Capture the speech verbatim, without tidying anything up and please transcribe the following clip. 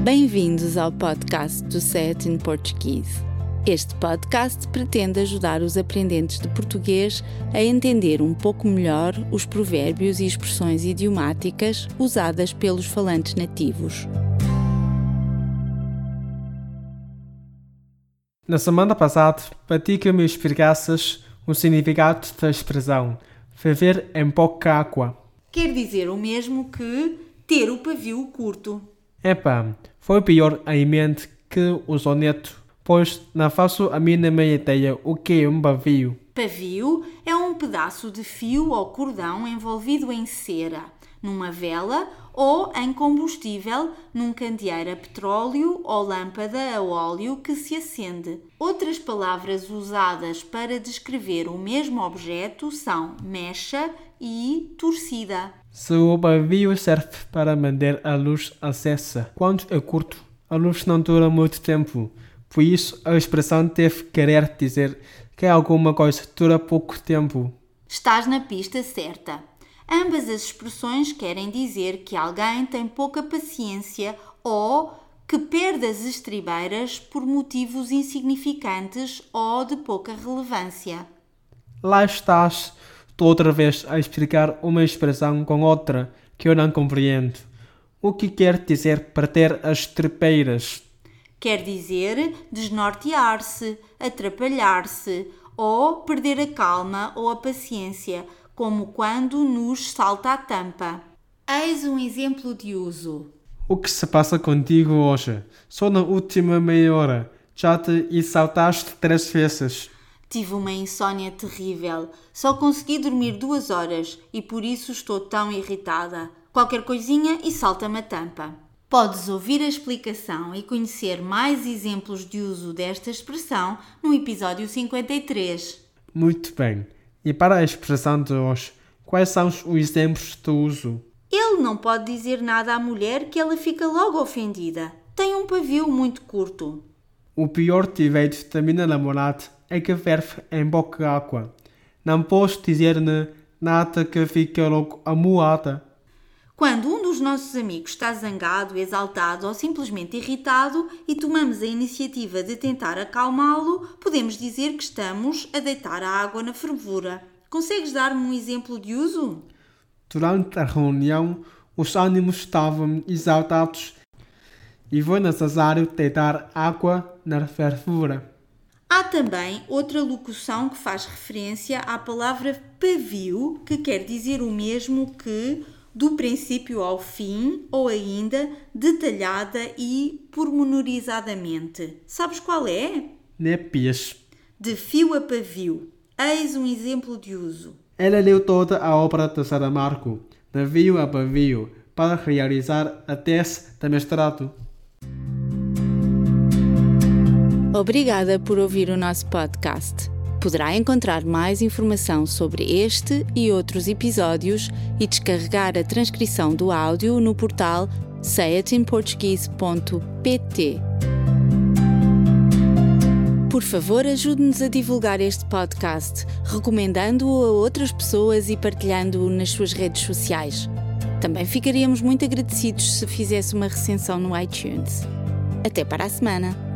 Bem-vindos ao podcast do Say It in Portuguese. Este podcast pretende ajudar os aprendentes de português a entender um pouco melhor os provérbios e expressões idiomáticas usadas pelos falantes nativos. Na semana passada, pedi que me explicasses o significado da expressão ferver em pouca água. Quer dizer o mesmo que ter o pavio curto. Epá, foi pior a mente que o soneto, pois não faço a mínima ideia o que é um pavio. Pavio é um pedaço de fio ou cordão envolvido em cera, numa vela ou em combustível, num candeeiro a petróleo ou lâmpada a óleo que se acende. Outras palavras usadas para descrever o mesmo objeto são mecha e torcida. Se o pavio serve para manter a luz acesa quando é curto, a luz não dura muito tempo. Por isso, a expressão deve querer dizer que alguma coisa dura pouco tempo. Estás na pista certa. Ambas as expressões querem dizer que alguém tem pouca paciência ou que perde as estribeiras por motivos insignificantes ou de pouca relevância. Lá estás tu outra vez a explicar uma expressão com outra que eu não compreendo. O que quer dizer perder as estribeiras? Quer dizer desnortear-se, atrapalhar-se ou perder a calma ou a paciência, como quando nos salta a tampa. Eis um exemplo de uso. O que se passa contigo hoje? Só na última meia hora. Já te exaltaste três vezes. Tive uma insónia terrível. Só consegui dormir duas horas e por isso estou tão irritada. Qualquer coisinha e salta-me a tampa. Podes ouvir a explicação e conhecer mais exemplos de uso desta expressão no episódio cinquenta e três. Muito bem. E para a expressão de hoje, quais são os exemplos de uso? Ele não pode dizer nada à mulher que ela fica logo ofendida. Tem um pavio muito curto. O pior defeito da minha namorada é que ferve em pouca água. Não posso dizer-lhe nada que fique logo amuada. Quando um dos nossos amigos está zangado, exaltado ou simplesmente irritado e tomamos a iniciativa de tentar acalmá-lo, podemos dizer que estamos a deitar a água na fervura. Consegues dar-me um exemplo de uso? Durante a reunião, os ânimos estavam exaltados e foi necessário deitar água na fervura. Há também outra locução que faz referência à palavra pavio, que quer dizer o mesmo que do princípio ao fim, ou ainda detalhada e pormenorizadamente. Sabes qual é? Népias. De fio a pavio. Eis um exemplo de uso. Ela leu toda a obra de Saramago, de fio a pavio, para realizar a tese de mestrado. Obrigada por ouvir o nosso podcast. Poderá encontrar mais informação sobre este e outros episódios e descarregar a transcrição do áudio no portal say it in portuguese ponto p t. Por favor, ajude-nos a divulgar este podcast, recomendando-o a outras pessoas e partilhando-o nas suas redes sociais. Também ficaríamos muito agradecidos se fizesse uma recensão no iTunes. Até para a semana!